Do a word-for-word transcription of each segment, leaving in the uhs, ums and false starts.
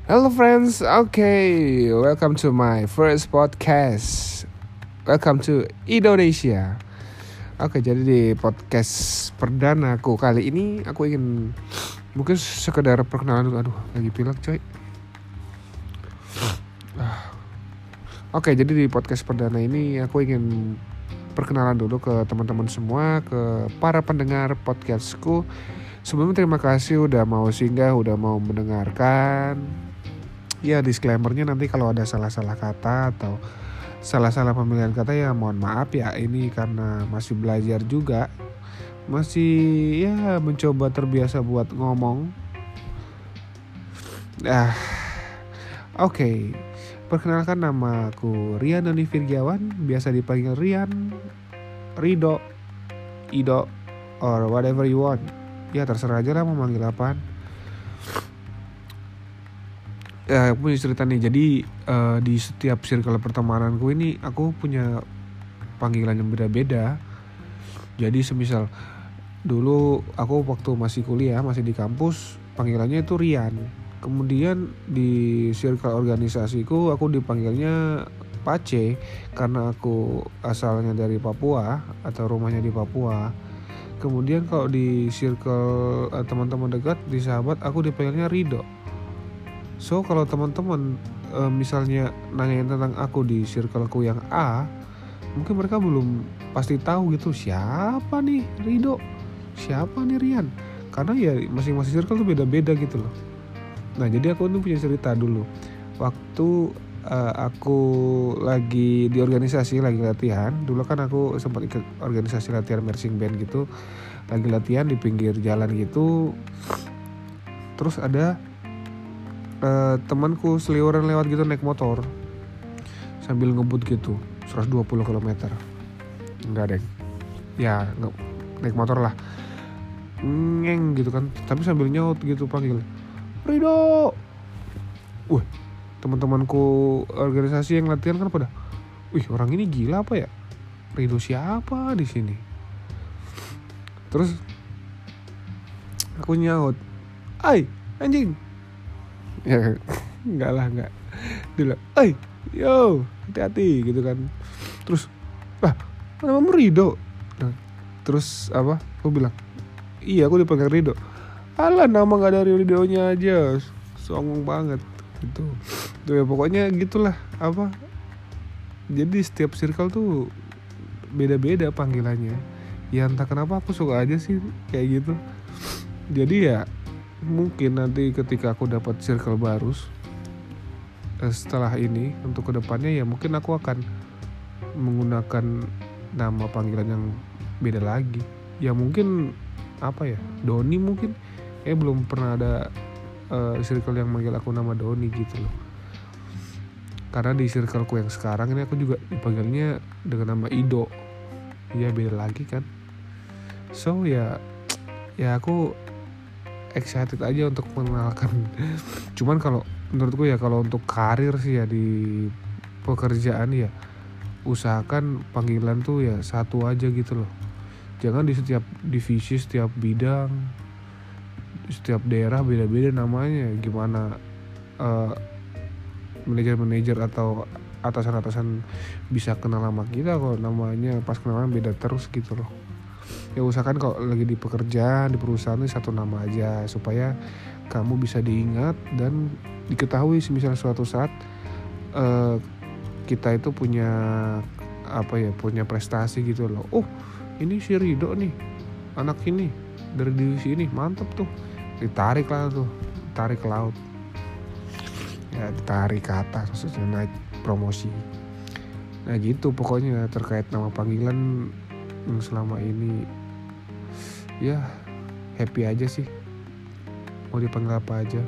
Hello friends, okay, welcome to my first podcast. Welcome to Indonesia. Oke, jadi di podcast perdana aku kali ini aku ingin mungkin sekedar perkenalan dulu. Aduh, lagi pilek coy. Oke, jadi di podcast perdana ini aku ingin perkenalan dulu ke teman-teman semua, ke para pendengar podcastku. Sebelumnya terima kasih udah mau singgah, udah mau mendengarkan. Ya, disclaimernya nanti kalau ada salah-salah kata atau salah-salah pemilihan kata ya mohon maaf ya, ini karena masih belajar juga. Masih ya mencoba terbiasa buat ngomong. Ah, oke. Okay. Perkenalkan, nama aku Rian Doni Virgiawan, biasa dipanggil Rian, Rido, Ido, or whatever you want. Ya terserah aja lah mau manggil apaan. Ya, aku punya cerita nih. Jadi uh, di setiap circle pertemananku ini aku punya panggilan yang beda-beda. Jadi semisal dulu aku waktu masih kuliah, masih di kampus, panggilannya itu Rian. Kemudian di circle organisasiku aku dipanggilnya Pace karena aku asalnya dari Papua atau rumahnya di Papua. Kemudian kalau di circle uh, teman-teman dekat, di sahabat, aku dipanggilnya Rido. So kalau teman-teman uh, misalnya nanyain tentang aku di circleku yang A, mungkin mereka belum pasti tahu gitu siapa nih Rido, siapa nih Rian, karena ya masing-masing circle tuh beda-beda gitu loh. Nah, jadi aku tuh punya cerita dulu. Waktu uh, aku lagi di organisasi, lagi latihan. Dulu kan aku sempat ikut organisasi latihan marching band gitu. Lagi latihan di pinggir jalan gitu. Terus ada uh, temanku seliweran lewat gitu naik motor sambil ngebut gitu, seratus dua puluh kilometer. Enggak deng. Ya, nge- naik motor lah. Ngeng gitu kan, tapi sambil nyaut gitu panggil, Rido. Wih, teman-temanku organisasi yang latihan kan pada, wih orang ini gila apa ya? Rido siapa di sini? Terus aku nyaut, ai anjing. Ya enggak lah, enggak. Dia bilang, ai yo hati-hati gitu kan. Terus, ah namamu Rido. Nah, terus apa? Aku bilang, iya aku dipanggil Rido. Alah, nama gak dari Ridonya aja, songong banget gitu. Tuh ya pokoknya gitulah apa. Jadi setiap circle tuh beda-beda panggilannya. Ya entah kenapa aku suka aja sih kayak gitu. Jadi ya mungkin nanti ketika aku dapat circle baru eh, setelah ini untuk kedepannya ya mungkin aku akan menggunakan nama panggilan yang beda lagi. Ya mungkin apa ya, Doni mungkin. Eh belum pernah ada uh, circle yang manggil aku nama Doni gitu loh. Karena di circleku yang sekarang ini aku juga dipanggilnya dengan nama Ido. Ya beda lagi kan. So ya ya aku excited aja untuk mengenalkan. Cuman kalau menurutku ya kalau untuk karir sih ya di pekerjaan ya usahakan panggilan tuh ya satu aja gitu loh. Jangan di setiap divisi, setiap bidang, setiap daerah beda-beda namanya. Gimana uh, manajer-manajer atau atasan-atasan bisa kenal nama kita kalau namanya pas kenalan beda terus gitu loh. Ya usahakan kalau lagi di pekerjaan, di perusahaan ini satu nama aja supaya kamu bisa diingat dan diketahui misalnya suatu saat uh, kita itu punya apa ya, punya prestasi gitu loh. Oh ini si Rido nih, anak ini dari divisi ini, mantep tuh. Ditarik lah tuh, tarik ke laut. Ya ditarik ke atas, maksudnya naik promosi. Nah gitu pokoknya terkait nama panggilan yang selama ini. Ya happy aja sih, mau dipanggil apa aja.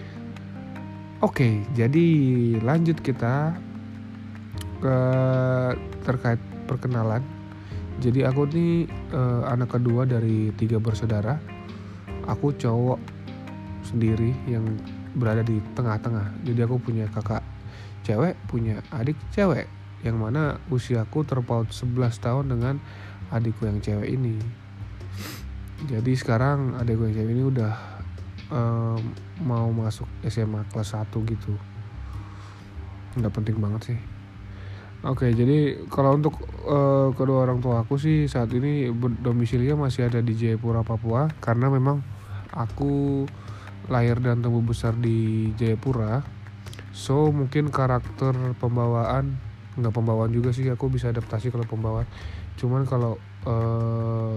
Oke, jadi lanjut kita ke terkait perkenalan. Jadi aku nih eh, anak kedua dari tiga bersaudara. Aku cowok sendiri yang berada di tengah-tengah. Jadi aku punya kakak cewek, punya adik cewek, yang mana usiaku terpaut sebelas tahun dengan adikku yang cewek ini. Jadi sekarang adikku yang cewek ini udah uh, mau masuk S M A kelas satu gitu. Nggak penting banget sih. Oke, jadi kalau untuk uh, kedua orang tua aku sih saat ini domisilinya masih ada di Jayapura, Papua, karena memang aku lahir dan tumbuh besar di Jayapura. So mungkin karakter pembawaan, nggak pembawaan juga sih, aku bisa adaptasi kalau pembawaan. Cuman kalau uh,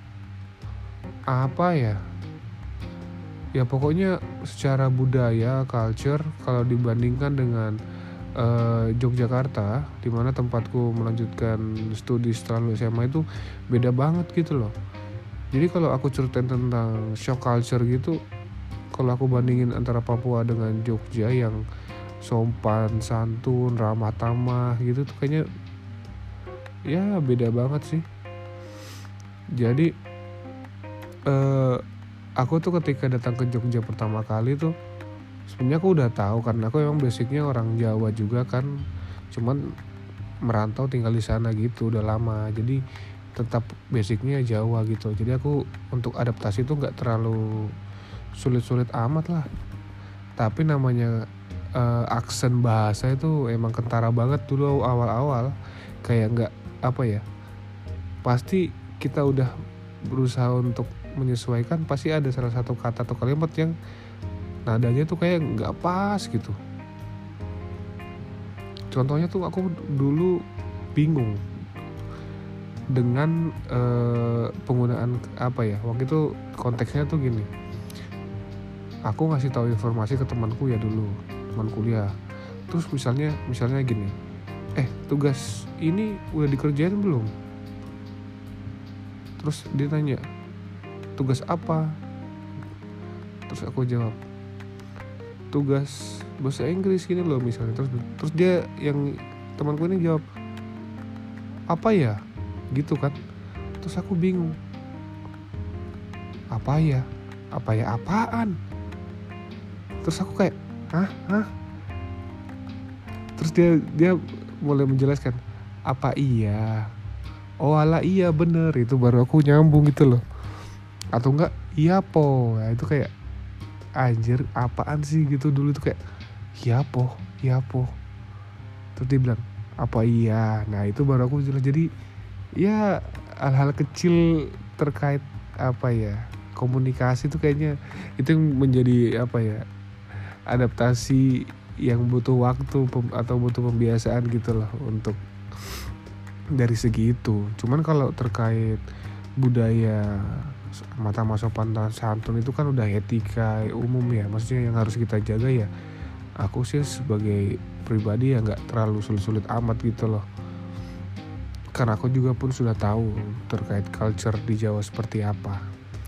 apa ya, ya pokoknya secara budaya, culture, kalau dibandingkan dengan Uh, Yogyakarta, di mana tempatku melanjutkan studi setelah S M A, itu beda banget gitu loh. Jadi kalau aku ceritain tentang shock culture gitu, kalau aku bandingin antara Papua dengan Jogja yang sopan, santun, ramah tamah gitu tuh kayaknya ya beda banget sih. Jadi uh, aku tuh ketika datang ke Jogja pertama kali tuh sebenarnya aku udah tahu karena aku emang basicnya orang Jawa juga kan, cuman merantau tinggal di sana gitu udah lama, jadi tetap basicnya Jawa gitu. Jadi aku untuk adaptasi tuh nggak terlalu sulit-sulit amat lah. Tapi namanya uh, aksen bahasa itu emang kentara banget dulu awal-awal, kayak nggak apa ya, pasti kita udah berusaha untuk menyesuaikan, pasti ada salah satu kata atau kalimat yang nadanya tuh kayak nggak pas gitu. Contohnya tuh aku dulu bingung dengan uh, penggunaan apa ya, waktu itu konteksnya tuh gini. Aku ngasih tahu informasi ke temanku ya dulu, teman kuliah. Terus misalnya misalnya gini, eh tugas ini udah dikerjain belum? Terus dia tanya, tugas apa? Terus aku jawab, tugas bahasa Inggris gini loh misalnya. Terus terus dia yang temanku ini jawab, apa ya gitu kan. Terus aku bingung, apa ya apa ya apaan. Terus aku kayak hah hah terus dia dia mulai menjelaskan, apa iya, oh ala iya bener. Itu baru aku nyambung gitu loh. Atau enggak iya po, nah, itu kayak anjir apaan sih gitu. Dulu tuh kayak iya po, iya po. Terus dia bilang apa iya. Nah itu baru aku jelas. Jadi ya hal-hal kecil terkait apa ya, komunikasi tuh kayaknya itu yang menjadi apa ya, adaptasi yang butuh waktu pem- atau butuh pembiasaan gitu loh untuk dari segi itu. Cuman kalau terkait budaya mata sopan dan santun itu kan udah etika umum ya, maksudnya yang harus kita jaga ya. Aku sih sebagai pribadi ya nggak terlalu sulit-sulit amat gitu loh, karena aku juga pun sudah tahu terkait culture di Jawa seperti apa.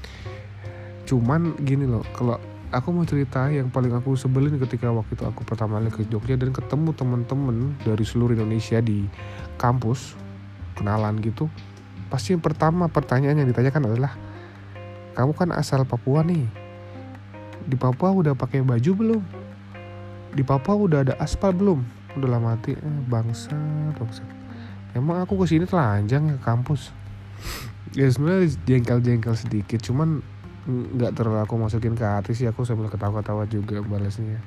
Cuman gini loh, kalau aku mau cerita yang paling aku sebelin ketika waktu itu aku pertama kali ke Jogja dan ketemu teman-teman dari seluruh Indonesia di kampus, kenalan gitu. Pasti yang pertama pertanyaan yang ditanyakan adalah, kamu kan asal Papua nih, di Papua udah pakai baju belum? Di Papua udah ada aspal belum? Udah lama mati, eh, bangsa, bangsa. Emang aku kesini telanjang ke kampus? Ya sebenarnya jengkel-jengkel sedikit, cuman nggak terlalu aku masukin ke hati sih. Aku sambil ketawa-ketawa juga balasnya.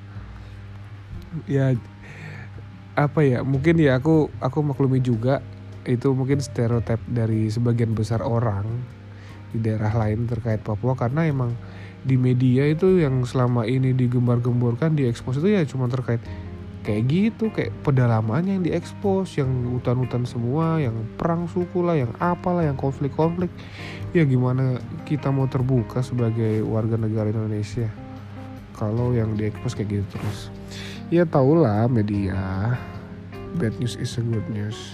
Ya apa ya, mungkin ya aku aku maklumi juga itu mungkin stereotip dari sebagian besar orang di daerah lain terkait Papua, karena emang di media itu yang selama ini digembar-gemborkan, diekspos itu ya cuma terkait kayak gitu, kayak pedalamannya yang diekspos, yang hutan-hutan semua, yang perang suku lah, yang apalah, yang konflik-konflik. Ya gimana kita mau terbuka sebagai warga negara Indonesia kalau yang diekspos kayak gitu terus? Ya tahulah media, bad news is a good news.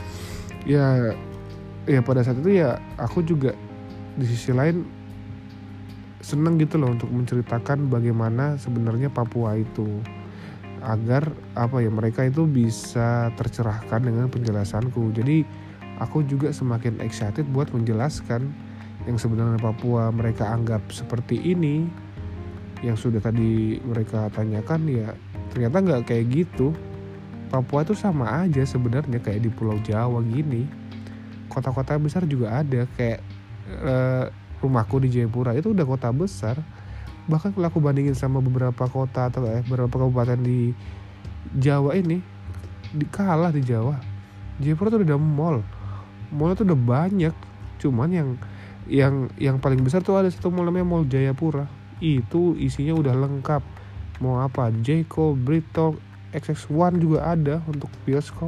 Ya ya pada saat itu ya aku juga di sisi lain seneng gitu loh untuk menceritakan bagaimana sebenarnya Papua itu, agar apa ya, mereka itu bisa tercerahkan dengan penjelasanku. Jadi aku juga semakin excited buat menjelaskan yang sebenarnya Papua mereka anggap seperti ini, yang sudah tadi mereka tanyakan ya ternyata nggak kayak gitu. Papua itu sama aja sebenarnya kayak di Pulau Jawa gini. Kota-kota besar juga ada, kayak eh, rumahku di Jayapura itu udah kota besar, Bahkan kalau aku bandingin sama beberapa kota atau eh, beberapa kabupaten di Jawa ini, di kalah di Jawa. Jayapura tuh udah mall, mall tuh udah banyak. Cuman yang yang yang paling besar tuh ada satu mall namanya Mall Jayapura. Itu isinya udah lengkap. Mau apa? Jeko, Brito, X X one juga ada untuk bioskop.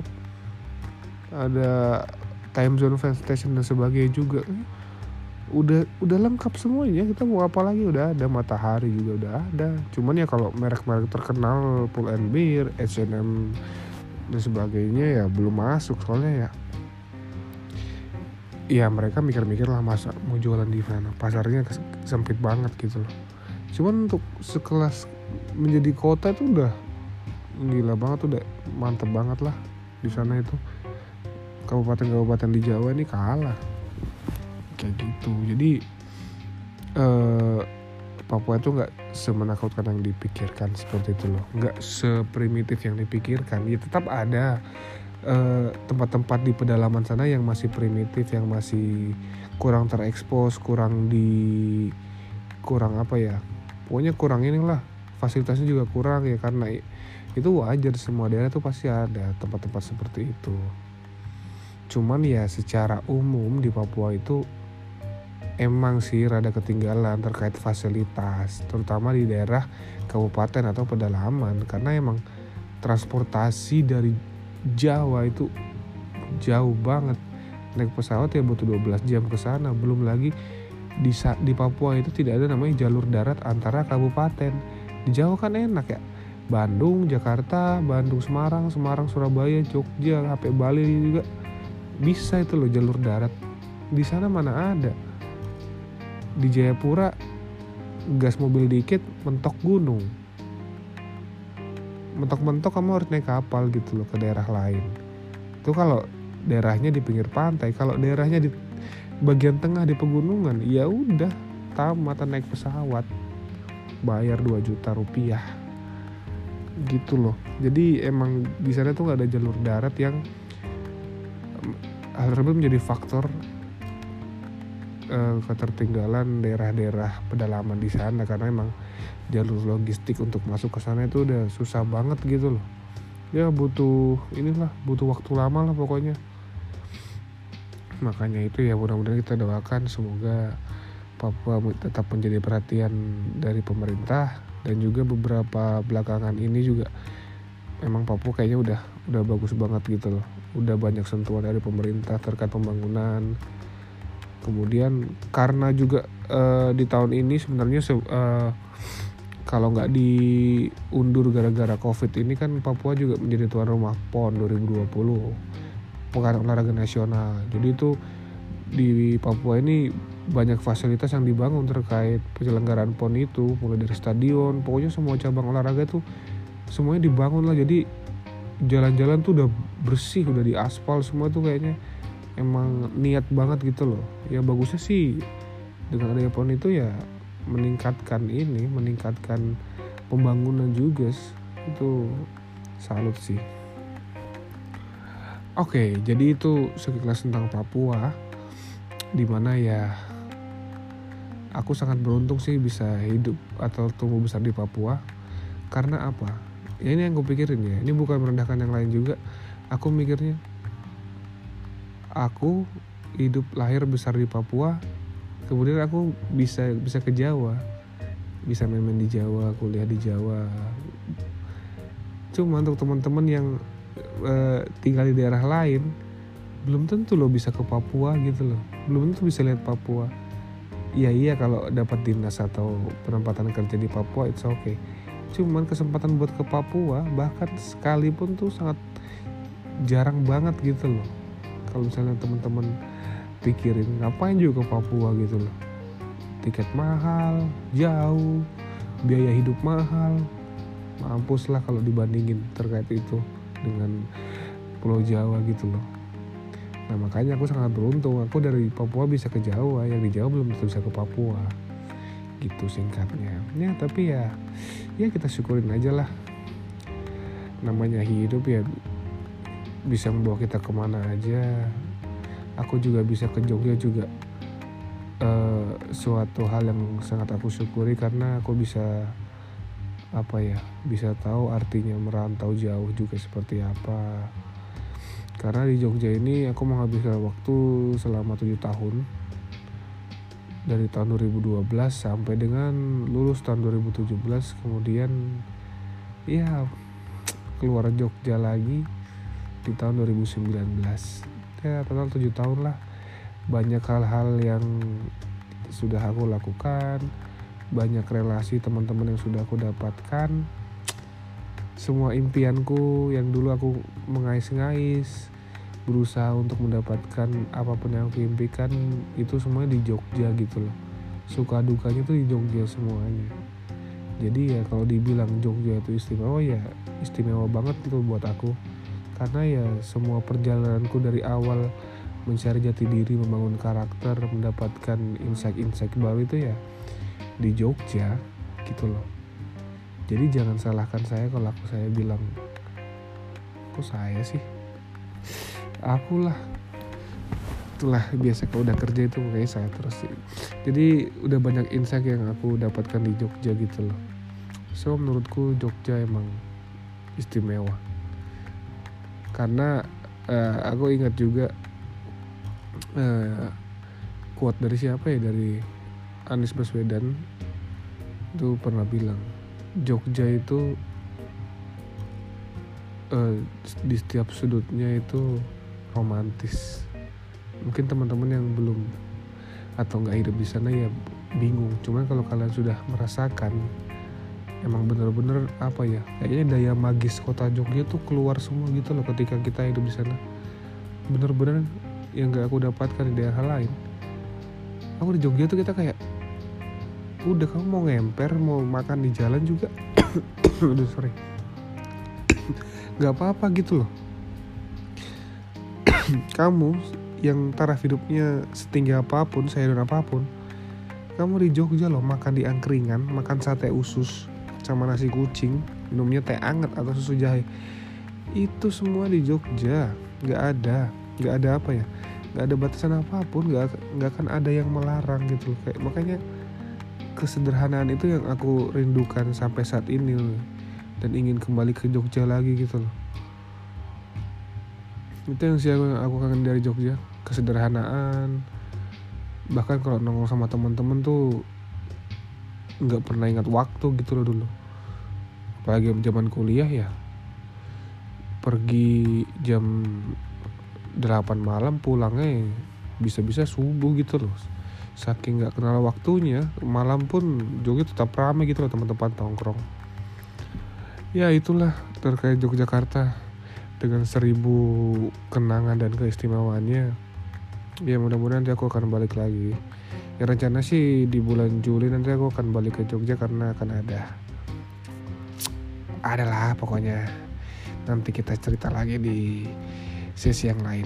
Ada Time Zone Fan Station dan sebagainya juga. Udah udah lengkap semuanya. Kita mau apa lagi udah ada. Matahari juga udah ada. Cuman ya kalau merek-merek terkenal Pull and Bear, H and M dan sebagainya ya belum masuk, soalnya ya ya mereka mikir-mikir lah masa mau jualan di mana, pasarnya sempit banget gitu loh. Cuman untuk sekelas menjadi kota itu udah gila banget, udah mantep banget lah di sana itu. Kabupaten-kabupaten di Jawa ini kalah kayak gitu. Jadi eh, Papua itu nggak semenakutkan yang dipikirkan seperti itu loh, nggak seprimitif yang dipikirkan. Ya tetap ada eh, tempat-tempat di pedalaman sana yang masih primitif, yang masih kurang terekspos, kurang di kurang apa ya, pokoknya kurang inilah, fasilitasnya juga kurang ya, karena itu wajar, semua daerah tuh pasti ada tempat-tempat seperti itu. Cuman ya secara umum di Papua itu emang sih rada ketinggalan terkait fasilitas, terutama di daerah kabupaten atau pedalaman, karena emang transportasi dari Jawa itu jauh banget. Naik pesawat ya butuh dua belas jam ke sana, belum lagi di di Papua itu tidak ada namanya jalur darat antara kabupaten. Di Jawa kan enak ya, Bandung, Jakarta, Bandung, Semarang, Semarang, Surabaya, Jogja, sampai Bali juga bisa itu loh jalur darat. Di sana mana ada. Di Jayapura gas mobil dikit mentok gunung, mentok-mentok kamu harus naik kapal gitu loh ke daerah lain. Itu kalau daerahnya di pinggir pantai. Kalau daerahnya di bagian tengah di pegunungan, ya udah tamat, naik pesawat bayar dua juta rupiah gitu loh. Jadi emang di sana tuh gak ada jalur darat, yang hal tersebut menjadi faktor uh, ketertinggalan daerah-daerah pedalaman di sana, karena emang jalur logistik untuk masuk ke sana itu udah susah banget gitu loh. Ya butuh inilah, butuh waktu lama lah pokoknya. Makanya itu ya mudah-mudahan kita doakan semoga Papua tetap menjadi perhatian dari pemerintah, dan juga beberapa belakangan ini juga emang Papua kayaknya udah udah bagus banget gitu loh. Udah banyak sentuhan dari pemerintah terkait pembangunan. Kemudian karena juga uh, di tahun ini sebenarnya se- uh, kalau nggak diundur gara-gara COVID ini kan Papua juga menjadi tuan rumah P O N dua ribu dua puluh, Pekan Olahraga Nasional. Jadi itu di Papua ini banyak fasilitas yang dibangun terkait penyelenggaraan P O N itu, mulai dari stadion, pokoknya semua cabang olahraga itu semuanya dibangun lah. Jadi jalan-jalan tuh udah bersih, udah diaspal semua tuh, kayaknya emang niat banget gitu loh. Ya bagusnya sih dengan adanya P O N itu ya meningkatkan ini, meningkatkan pembangunan juga, itu salut sih. Oke, jadi itu sekilas tentang Papua, dimana ya aku sangat beruntung sih bisa hidup atau tumbuh besar di Papua. Karena apa? Ya ini yang gue pikirin ya, ini bukan merendahkan yang lain juga. Aku mikirnya, aku hidup lahir besar di Papua, kemudian aku bisa bisa ke Jawa, bisa main-main di Jawa, kuliah di Jawa. Cuma untuk teman-teman yang uh, tinggal di daerah lain, belum tentu lo bisa ke Papua gitu loh, belum tentu bisa lihat Papua. Ya iya kalau dapat dinas atau penempatan kerja di Papua it's okay. Cuman kesempatan buat ke Papua bahkan sekalipun tuh sangat jarang banget gitu loh. Kalau misalnya teman-teman pikirin ngapain juga ke Papua gitu loh, tiket mahal, jauh, biaya hidup mahal, mampus lah kalau dibandingin terkait itu dengan Pulau Jawa gitu loh. Nah makanya aku sangat beruntung, aku dari Papua bisa ke Jawa, yang di Jawa belum tentu bisa ke Papua gitu singkatnya. Ya tapi ya ya kita syukurin aja lah, namanya hidup ya bisa membawa kita kemana aja. Aku juga bisa ke Jogja juga uh, suatu hal yang sangat aku syukuri karena aku bisa apa ya bisa tahu artinya merantau jauh juga seperti apa. Karena di Jogja ini aku menghabiskan waktu selama tujuh tahun, dari tahun dua ribu dua belas sampai dengan lulus tahun dua ribu tujuh belas, kemudian ya keluar Jogja lagi di tahun dua ribu sembilan belas. Ya total tujuh tahun lah. Banyak hal-hal yang sudah aku lakukan, banyak relasi teman-teman yang sudah aku dapatkan. Semua impianku yang dulu aku mengais-ngais, berusaha untuk mendapatkan apapun yang aku impikan, itu semuanya di Jogja gitu loh. Suka dukanya tuh di Jogja semuanya. Jadi ya kalau dibilang Jogja itu istimewa, ya istimewa banget gitu buat aku. Karena ya semua perjalananku dari awal mencari jati diri, membangun karakter, mendapatkan insight-insight baru itu ya di Jogja gitu loh. Jadi jangan salahkan saya kalau aku saya bilang, kok saya sih, aku lah. Itulah biasa kalau udah kerja itu kayak saya terus sih. Jadi udah banyak insight yang aku dapatkan di Jogja gitu loh. So menurutku Jogja emang istimewa. Karena uh, aku ingat juga uh, quote dari siapa ya, dari Anies Baswedan itu pernah bilang, Jogja itu uh, di setiap sudutnya itu romantis. Mungkin teman-teman yang belum atau nggak hidup di sana ya bingung. Cuman kalau kalian sudah merasakan, emang bener-bener apa ya, kayaknya daya magis kota Jogja tuh keluar semua gitu loh ketika kita hidup di sana. Bener-bener yang nggak aku dapatkan di daerah lain. Aku di Jogja tuh kita kayak, udah kamu mau ngemper, mau makan di jalan juga, udah sorry, nggak apa-apa gitu loh. Kamu yang taraf hidupnya setinggi apapun, sayuran apapun, kamu di Jogja loh makan di angkringan, makan sate usus sama nasi kucing, minumnya teh anget atau susu jahe, itu semua di Jogja. Nggak ada, nggak ada apa ya, nggak ada batasan apapun, nggak nggak akan ada yang melarang gitu loh. Kayak makanya kesederhanaan itu yang aku rindukan sampai saat ini loh, dan ingin kembali ke Jogja lagi gitu loh. Itu yang sih aku, aku kangen dari Jogja, kesederhanaan. Bahkan kalau nongkrong sama teman-teman tuh nggak pernah ingat waktu gitu loh dulu. Apalagi zaman kuliah ya, pergi jam delapan malam, pulangnya bisa-bisa subuh gitu loh. Saking nggak kenal waktunya, malam pun Jogja tetap ramai gitu loh teman-teman nongkrong. Ya itulah terkait Yogyakarta dengan seribu kenangan dan keistimewaannya. Ya mudah-mudahan nanti aku akan balik lagi. Ya rencana sih di bulan Juli nanti aku akan balik ke Jogja karena akan ada Adalah pokoknya. Nanti kita cerita lagi di sesi yang lain.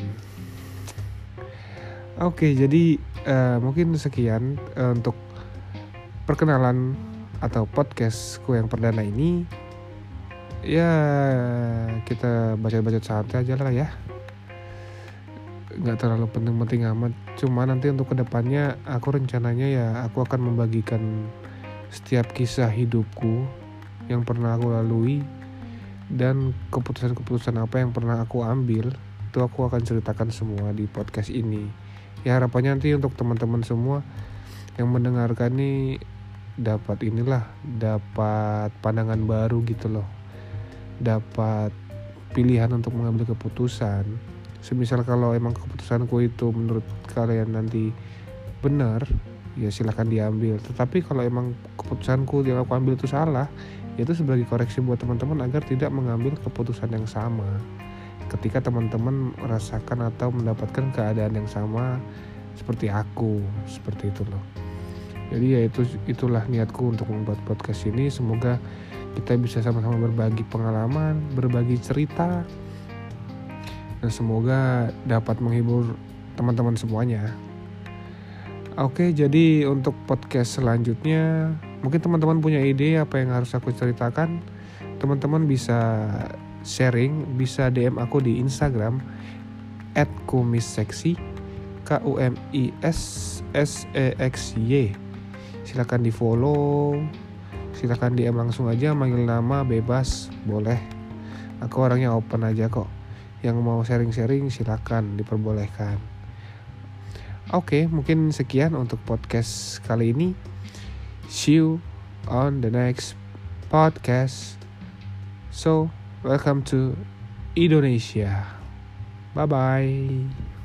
Oke, jadi uh, mungkin sekian uh, untuk perkenalan atau podcastku yang perdana ini. Ya kita baca-baca santai aja lah ya, nggak terlalu penting-penting amat. Cuma nanti untuk kedepannya aku rencananya ya aku akan membagikan setiap kisah hidupku yang pernah aku lalui dan keputusan-keputusan apa yang pernah aku ambil, itu aku akan ceritakan semua di podcast ini. Ya harapannya nanti untuk teman-teman semua yang mendengarkan nih dapat inilah, dapat pandangan baru gitu loh, dapat pilihan untuk mengambil keputusan. Semisal kalau emang keputusanku itu menurut kalian nanti benar, ya silakan diambil. Tetapi kalau emang keputusanku yang aku ambil itu salah, ya itu sebagai koreksi buat teman-teman agar tidak mengambil keputusan yang sama ketika teman-teman merasakan atau mendapatkan keadaan yang sama seperti aku, seperti itu loh. Jadi ya itu itulah niatku untuk membuat podcast ini. Semoga kita bisa sama-sama berbagi pengalaman, berbagi cerita, dan semoga dapat menghibur teman-teman semuanya. Oke, jadi untuk podcast selanjutnya, mungkin teman-teman punya ide apa yang harus aku ceritakan, teman-teman bisa sharing, bisa D M aku di Instagram at kumisseksi, K U M I S S E X Y. Silakan di follow, silakan D M langsung aja, manggil nama bebas boleh. Aku orangnya open aja kok. Yang mau sharing-sharing silakan, diperbolehkan. Oke, mungkin sekian untuk podcast kali ini. See you on the next podcast. So, welcome to Indonesia. Bye bye.